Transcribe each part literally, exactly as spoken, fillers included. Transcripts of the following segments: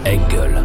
Engel.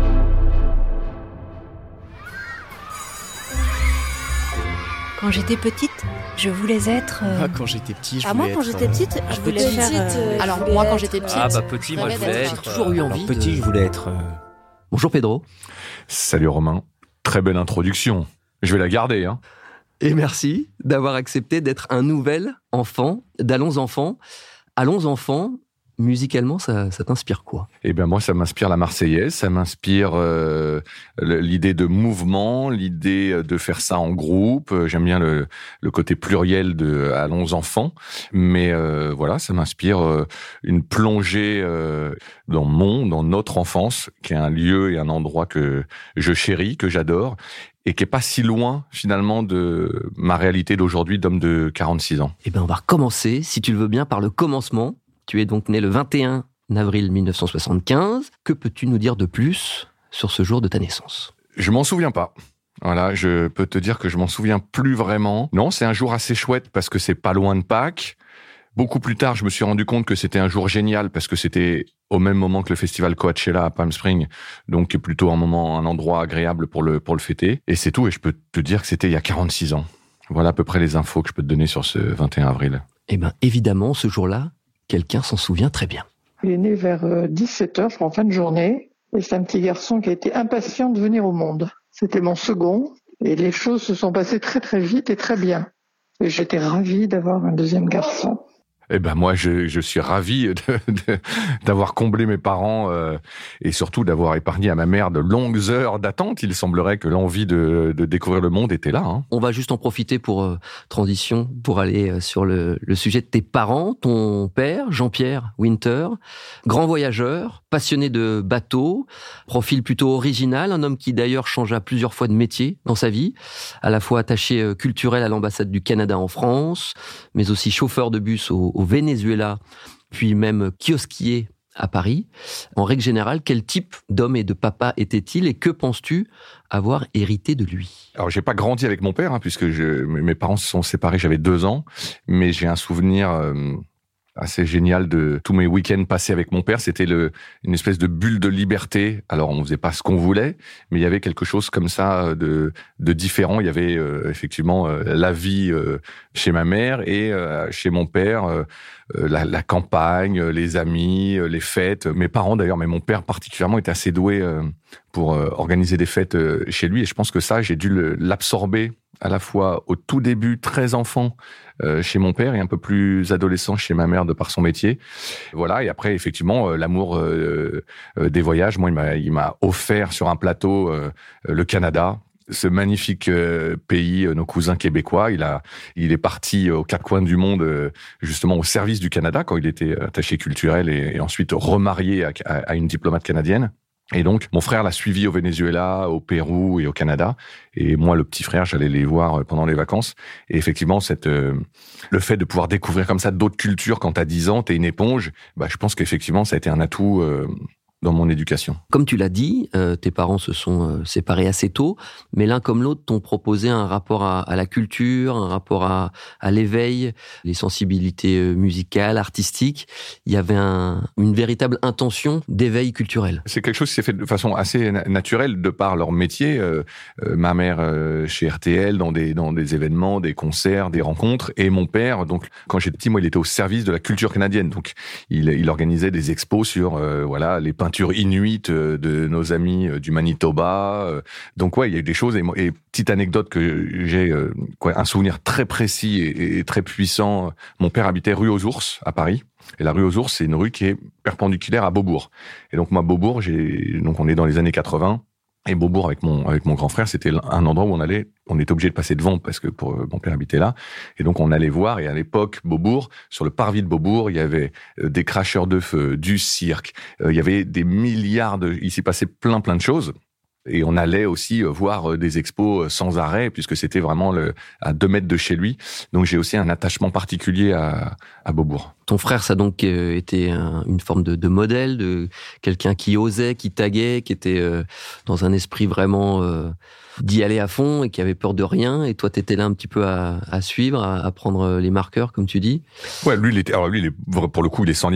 Quand j'étais petite, je voulais être... Euh... Ah, quand j'étais petit, je ah, voulais moi, quand être... j'étais petite, je voulais petite, faire... euh, Alors, je voulais moi, quand être, j'étais petite... Ah bah petit, moi je voulais être... J'ai toujours eu envie Alors, petit, de... je voulais être... euh, Bonjour Pedro. Salut Romain, très belle introduction. Je vais la garder, hein. Et merci d'avoir accepté d'être un nouvel enfant d'Allons Enfants. Allons Enfants, musicalement, ça, ça t'inspire quoi ? Eh bien moi, ça m'inspire la Marseillaise, ça m'inspire euh, l'idée de mouvement, l'idée de faire ça en groupe. J'aime bien le, le côté pluriel de Allons Enfants, mais euh, voilà, ça m'inspire euh, une plongée euh, dans mon, dans notre enfance, qui est un lieu et un endroit que je chéris, que j'adore, et qui est pas si loin, finalement, de ma réalité d'aujourd'hui d'homme de quarante-six ans. Eh bien, on va recommencer, si tu le veux bien, par le commencement. Tu es donc né le vingt et un avril mille neuf cent soixante-quinze. Que peux-tu nous dire de plus sur ce jour de ta naissance ? Je m'en souviens pas. Voilà, je peux te dire que je m'en souviens plus vraiment. Non, c'est un jour assez chouette parce que c'est pas loin de Pâques. Beaucoup plus tard, je me suis rendu compte que c'était un jour génial parce que c'était au même moment que le festival Coachella à Palm Springs, donc plutôt un moment, un endroit agréable pour le pour le fêter. Et c'est tout. Et je peux te dire que c'était il y a quarante-six ans. Voilà à peu près les infos que je peux te donner sur ce vingt et un avril. Eh bien, évidemment, ce jour-là, quelqu'un s'en souvient très bien. Il est né vers dix-sept heures, en fin de journée, et c'est un petit garçon qui a été impatient de venir au monde. C'était mon second, et les choses se sont passées très très vite et très bien. Et j'étais ravie d'avoir un deuxième garçon. Eh ben moi, je, je suis ravi de, de, d'avoir comblé mes parents euh, et surtout d'avoir épargné à ma mère de longues heures d'attente. Il semblerait que l'envie de, de découvrir le monde était là. Hein. On va juste en profiter pour euh, transition, pour aller euh, sur le, le sujet de tes parents. Ton père, Jean-Pierre Winter, grand voyageur, passionné de bateaux, profil plutôt original, un homme qui d'ailleurs changea plusieurs fois de métier dans sa vie, à la fois attaché euh, culturel à l'ambassade du Canada en France, mais aussi chauffeur de bus au au Venezuela, puis même kiosquier à Paris. En règle générale, quel type d'homme et de papa était-il et que penses-tu avoir hérité de lui ? Alors, j'ai pas grandi avec mon père, hein, puisque je, mes parents se sont séparés, j'avais deux ans, mais j'ai un souvenir euh, assez génial de tous mes week-ends passés avec mon père. C'était le, une espèce de bulle de liberté. Alors, on faisait pas ce qu'on voulait, mais il y avait quelque chose comme ça de, de différent. Il y avait euh, effectivement euh, la vie euh, chez ma mère et euh, chez mon père, euh, la, la campagne, les amis, les fêtes. Mes parents d'ailleurs, mais mon père particulièrement était assez doué euh, pour euh, organiser des fêtes euh, chez lui. Et je pense que ça, j'ai dû le, l'absorber à la fois au tout début, très enfant, euh, chez mon père et un peu plus adolescent chez ma mère de par son métier. Voilà. Et après, effectivement, euh, l'amour euh, euh, des voyages. Moi, il m'a, il m'a offert sur un plateau euh, le Canada. Ce magnifique euh, pays, euh, nos cousins québécois, il a, il est parti aux quatre coins du monde, euh, justement au service du Canada quand il était attaché culturel et, et ensuite remarié à, à, à une diplomate canadienne. Et donc, mon frère l'a suivi au Venezuela, au Pérou et au Canada. Et moi, le petit frère, j'allais les voir pendant les vacances. Et effectivement, cette, euh, le fait de pouvoir découvrir comme ça d'autres cultures quand t'as dix ans, t'es une éponge, bah, je pense qu'effectivement, ça a été un atout euh, dans mon éducation. Comme tu l'as dit, euh, tes parents se sont euh, séparés assez tôt, mais l'un comme l'autre t'ont proposé un rapport à, à la culture, un rapport à, à l'éveil, les sensibilités euh, musicales, artistiques. Il y avait un, une véritable intention d'éveil culturel. C'est quelque chose qui s'est fait de façon assez na- naturelle de par leur métier. Euh, euh, ma mère euh, chez R T L, dans des, dans des événements, des concerts, des rencontres, et mon père, donc quand j'étais petit, moi, il était au service de la culture canadienne. Donc, il, il organisait des expos sur euh, voilà les peintures inuites de nos amis du Manitoba. Donc ouais, il y a eu des choses. Et, et petite anecdote que j'ai, quoi, un souvenir très précis et, et très puissant. Mon père habitait rue aux Ours à Paris. Et la rue aux Ours, c'est une rue qui est perpendiculaire à Beaubourg. Et donc moi, Beaubourg, j'ai, donc on est dans les années quatre-vingts. Et Beaubourg, avec mon, avec mon grand frère, c'était un endroit où on allait, on était obligé de passer devant parce que pour, mon père habitait là. Et donc, on allait voir. Et à l'époque, Beaubourg, sur le parvis de Beaubourg, il y avait des cracheurs de feu, du cirque. Il y avait des milliards de, il s'y passait plein, plein de choses. Et on allait aussi voir des expos sans arrêt, puisque c'était vraiment le, à deux mètres de chez lui. Donc j'ai aussi un attachement particulier à, à Beaubourg. Ton frère, ça a donc euh, été un, une forme de, de modèle, de quelqu'un qui osait, qui taguait, qui était euh, dans un esprit vraiment euh, d'y aller à fond et qui avait peur de rien. Et toi, t'étais là un petit peu à, à suivre, à, à prendre les marqueurs, comme tu dis. Ouais, lui, il était, alors lui, il est, pour le coup, il est sans limite.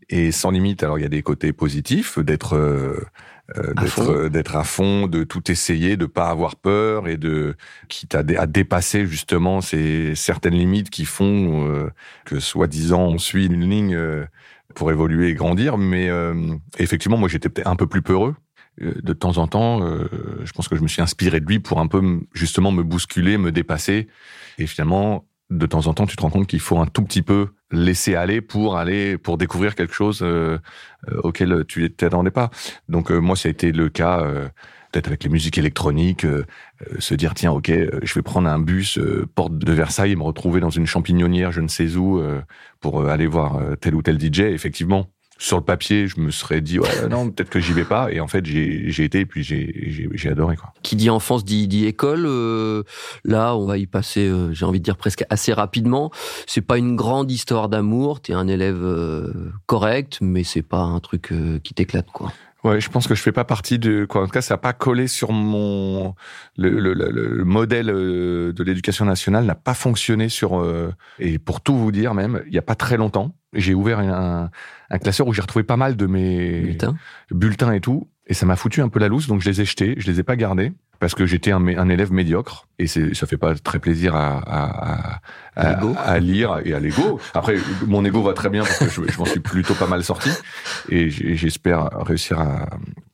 Et sans limite, alors il y a des côtés positifs, d'être euh, euh, d'être euh, d'être à fond, de tout essayer, de pas avoir peur et de quitte à, dé- à dépasser justement ces certaines limites qui font euh, que soi-disant on suit une ligne euh, pour évoluer et grandir. Mais euh, effectivement, moi j'étais peut-être un peu plus peureux. De temps en temps, euh, je pense que je me suis inspiré de lui pour un peu justement me bousculer, me dépasser. Et finalement, de temps en temps, tu te rends compte qu'il faut un tout petit peu laisser aller pour aller pour découvrir quelque chose euh, euh, auquel tu t'attendais pas. Donc euh, moi, ça a été le cas euh, peut-être avec les musiques électroniques, euh, euh, se dire tiens, ok, euh, je vais prendre un bus euh, porte de Versailles et me retrouver dans une champignonnière, je ne sais où, euh, pour euh, aller voir euh, tel ou tel D J. Effectivement. Sur le papier, je me serais dit ouais non peut-être que j'y vais pas et en fait j'ai j'ai été et puis j'ai j'ai, j'ai adoré quoi. Qui dit enfance dit, dit école. Euh, là, on va y passer. Euh, j'ai envie de dire presque assez rapidement. C'est pas une grande histoire d'amour. T'es un élève euh, correct, mais c'est pas un truc euh, qui t'éclate quoi. Ouais, je pense que je fais pas partie de quoi. En tout cas, ça n'a pas collé sur mon le, le, le, le modèle de l'éducation nationale n'a pas fonctionné sur. Euh, et pour tout vous dire, même, il y a pas très longtemps, j'ai ouvert un, un classeur où j'ai retrouvé pas mal de mes bulletins, bulletins et tout, et ça m'a foutu un peu la loose. Donc je les ai jetés, je les ai pas gardés parce que j'étais un, un élève médiocre et c'est, ça fait pas très plaisir à, à, à, à, à lire et à l'ego. Après, mon ego va très bien parce que je, je m'en suis plutôt pas mal sorti et j'espère réussir à,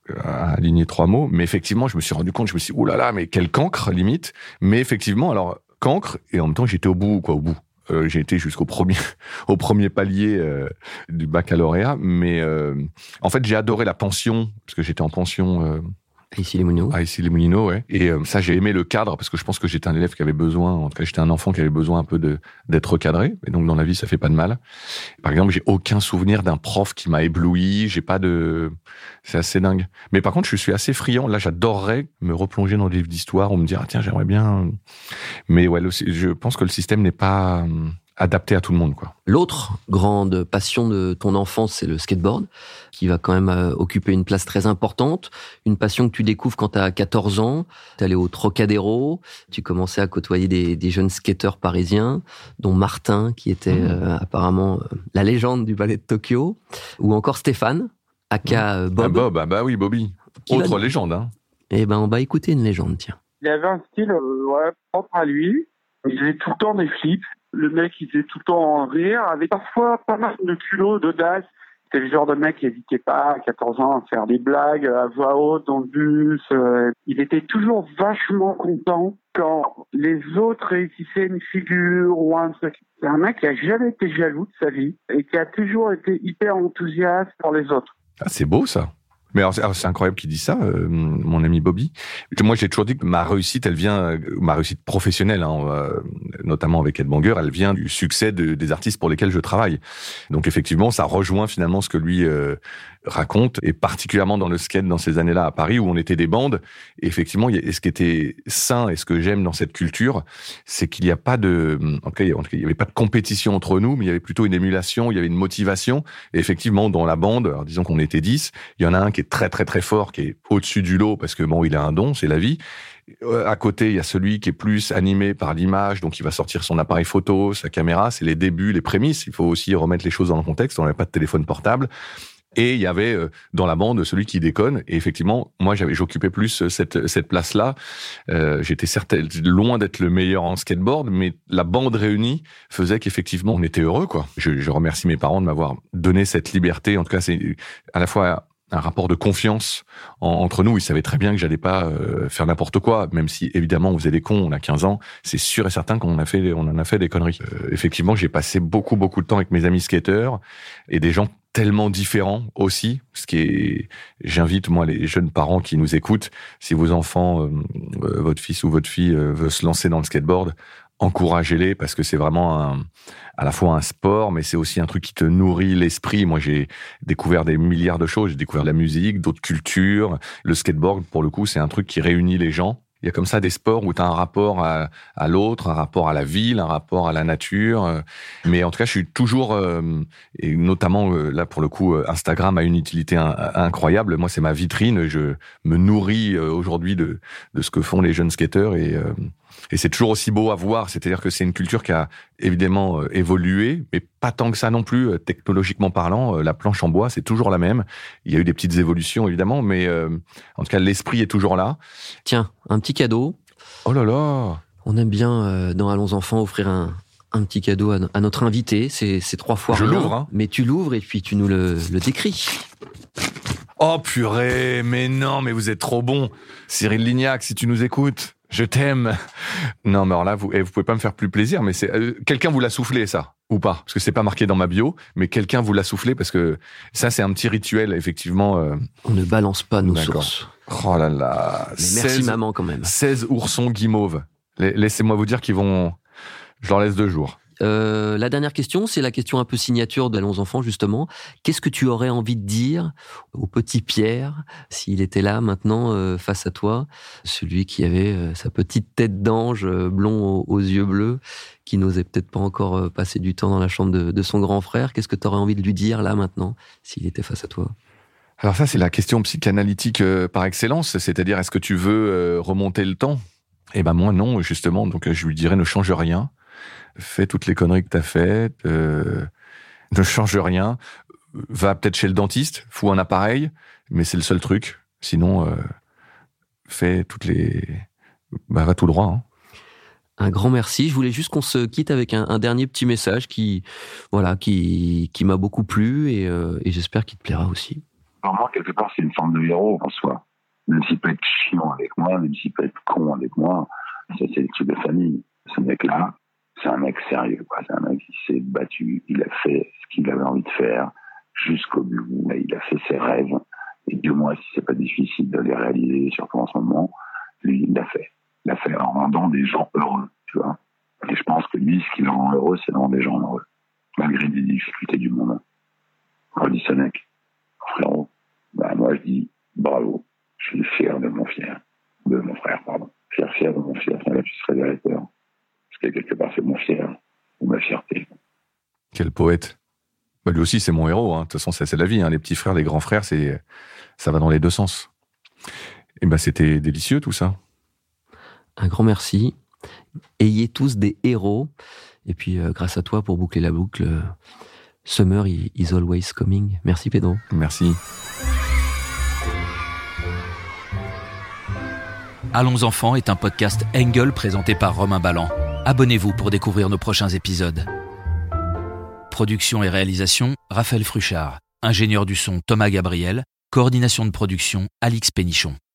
à aligner trois mots. Mais effectivement, je me suis rendu compte, je me suis dit, oulala, mais quel cancre, limite. Mais effectivement, alors, cancre, et en même temps, j'étais au bout, quoi, au bout. Euh, j'ai été jusqu'au premier, au premier palier euh, du baccalauréat, mais euh, en fait, j'ai adoré la pension, parce que j'étais en pension... Euh, À Issy-les-Moulineaux. À Issy-les-Moulineaux, ouais. Et euh, ça, j'ai aimé le cadre parce que je pense que j'étais un élève qui avait besoin, en tout cas, j'étais un enfant qui avait besoin un peu de d'être recadré. Et donc, dans la vie, ça fait pas de mal. Par exemple, j'ai aucun souvenir d'un prof qui m'a ébloui. J'ai pas de... C'est assez dingue. Mais par contre, je suis assez friand. Là, j'adorerais me replonger dans des livres d'histoire ou me dire, ah, tiens, j'aimerais bien... Mais ouais, le, je pense que le système n'est pas... adapté à tout le monde, quoi. L'autre grande passion de ton enfance, c'est le skateboard, qui va quand même euh, occuper une place très importante. Une passion que tu découvres quand tu as quatorze ans. Tu allé au Trocadéro, tu commençais à côtoyer des, des jeunes skateurs parisiens, dont Martin, qui était mmh. euh, apparemment euh, la légende du ballet de Tokyo, ou encore Stéphane, aka Bob. Ah Bob, ah bah oui, Bobby. Autre va... légende, hein. Eh ben, on va écouter une légende, tiens. Il avait un style euh, ouais, propre à lui. Il faisait tout le temps des flips. Le mec, il faisait tout le temps en rire, avec parfois pas mal de culot, d'audace. C'était le genre de mec qui n'hésitait pas, à quatorze ans, à faire des blagues à voix haute dans le bus. Il était toujours vachement content quand les autres réussissaient une figure ou un truc. C'est un mec qui a jamais été jaloux de sa vie et qui a toujours été hyper enthousiaste pour les autres. Ah, c'est beau, ça. Mais alors, c'est incroyable qu'il dise ça, euh, mon ami Bobby. Moi, j'ai toujours dit que ma réussite, elle vient, ma réussite professionnelle, hein, euh, notamment avec Ed Banger, elle vient du succès de, des artistes pour lesquels je travaille. Donc, effectivement, ça rejoint finalement ce que lui euh, raconte, et particulièrement dans le skate dans ces années-là à Paris où on était des bandes. Et effectivement, il y a, ce qui était sain et ce que j'aime dans cette culture, c'est qu'il n'y a pas de, en tout cas, il n'y avait pas de compétition entre nous, mais il y avait plutôt une émulation, il y avait une motivation. Et effectivement, dans la bande, alors disons qu'on était dix, il y en a un qui est très très très fort, qui est au-dessus du lot parce que bon, il a un don, c'est la vie. À côté, il y a celui qui est plus animé par l'image, donc il va sortir son appareil photo, sa caméra, c'est les débuts, les prémices. Il faut aussi remettre les choses dans le contexte. On n'avait pas de téléphone portable. Et il y avait euh, dans la bande celui qui déconne. Et effectivement, moi, j'avais, j'occupais plus cette cette place-là. Euh, j'étais certain, loin d'être le meilleur en skateboard, mais la bande réunie faisait qu'effectivement, on était heureux, quoi. Je, je remercie mes parents de m'avoir donné cette liberté. En tout cas, c'est à la fois un rapport de confiance en, entre nous. Ils savaient très bien que j'allais pas euh, faire n'importe quoi, même si évidemment on faisait des cons. On a quinze ans, c'est sûr et certain qu'on a fait, on en a fait des conneries. Euh, effectivement, j'ai passé beaucoup beaucoup de temps avec mes amis skateurs et des gens tellement différents aussi, ce qui est, j'invite moi les jeunes parents qui nous écoutent, si vos enfants, euh, euh, votre fils ou votre fille euh, veut se lancer dans le skateboard, encouragez-les parce que c'est vraiment un, à la fois un sport, mais c'est aussi un truc qui te nourrit l'esprit. Moi, j'ai découvert des milliards de choses. J'ai découvert la musique, d'autres cultures. Le skateboard, pour le coup, c'est un truc qui réunit les gens. Il y a comme ça des sports où tu as un rapport à, à l'autre, un rapport à la ville, un rapport à la nature. Mais en tout cas, je suis toujours, euh, et notamment euh, là pour le coup, Instagram a une utilité un, incroyable. Moi, c'est ma vitrine. Je me nourris euh, aujourd'hui de, de ce que font les jeunes skateurs et, euh, Et c'est toujours aussi beau à voir, c'est-à-dire que c'est une culture qui a évidemment euh, évolué, mais pas tant que ça non plus, euh, technologiquement parlant. Euh, la planche en bois, c'est toujours la même. Il y a eu des petites évolutions, évidemment, mais euh, en tout cas, l'esprit est toujours là. Tiens, un petit cadeau. Oh là là! On aime bien, euh, dans Allons Enfants, offrir un, un petit cadeau à, à notre invité. C'est, c'est trois fois Je rien, l'ouvre, hein. Mais tu l'ouvres et puis tu nous le, le décris. Oh purée, mais non, mais vous êtes trop bon. Cyril Lignac, si tu nous écoutes, je t'aime. Non, mais alors là, vous, eh, vous pouvez pas me faire plus plaisir, mais c'est euh, quelqu'un vous l'a soufflé, ça, ou pas? Parce que c'est pas marqué dans ma bio, mais quelqu'un vous l'a soufflé, parce que ça, c'est un petit rituel, effectivement. Euh... On ne balance pas nos D'accord. sources. Oh là là. Mais merci seize maman quand même. seize oursons guimauves. Laissez-moi vous dire qu'ils vont... Je leur laisse deux jours. Euh, la dernière question, c'est la question un peu signature d'Allons Enfants, justement. Qu'est-ce que tu aurais envie de dire au petit Pierre, s'il était là maintenant euh, face à toi, celui qui avait euh, sa petite tête d'ange euh, blond aux, aux yeux bleus, qui n'osait peut-être pas encore euh, passer du temps dans la chambre de, de son grand frère. Qu'est-ce que tu aurais envie de lui dire là maintenant, s'il était face à toi? Alors ça, c'est la question psychanalytique euh, par excellence, c'est-à-dire est-ce que tu veux euh, remonter le temps? Eh ben moi non, justement, donc je lui dirais ne change rien. Fais toutes les conneries que t'as faites, euh, ne change rien, va peut-être chez le dentiste, fous un appareil, mais c'est le seul truc. Sinon, euh, fais toutes les... Bah, va tout droit. Hein. Un grand merci. Je voulais juste qu'on se quitte avec un, un dernier petit message qui, voilà, qui, qui m'a beaucoup plu et, euh, et j'espère qu'il te plaira aussi. Alors moi, quelque part, c'est une forme de héros en soi. Même s'il peut être chiant avec moi, même s'il peut être con avec moi, ça c'est le truc de famille. Ce mec-là, c'est un mec sérieux, quoi. C'est un mec qui s'est battu, il a fait ce qu'il avait envie de faire jusqu'au bout. Il a fait ses rêves. Et Dieu moi, si c'est pas difficile de les réaliser, surtout en ce moment, lui, il l'a fait. Il l'a fait en rendant des gens heureux, tu vois. Et je pense que lui, ce qui le rend heureux, c'est de rendre des gens heureux. Malgré les difficultés du monde. Rodi Sonek, frérot, bah, moi je dis bravo. Je suis fier de mon fier. De mon frère, pardon. Fier, fier de mon fier. C'est un lapsus révélateur. Parce que quelque part, c'est mon fier, ou ma fierté. Quel poète. Bah, lui aussi, c'est mon héros. Hein. De toute façon, ça, c'est la vie. Hein. Les petits frères, les grands frères, c'est, ça va dans les deux sens. Et ben, c'était délicieux, tout ça. Un grand merci. Ayez tous des héros. Et puis, euh, grâce à toi, pour boucler la boucle, euh, Summer is always coming. Merci, Pedro. Merci. Allons Enfants est un podcast Engel présenté par Romain Ballan. Abonnez-vous pour découvrir nos prochains épisodes. Production et réalisation, Raphaël Fruchard. Ingénieur du son, Thomas Gabriel. Coordination de production, Alix Pénichon.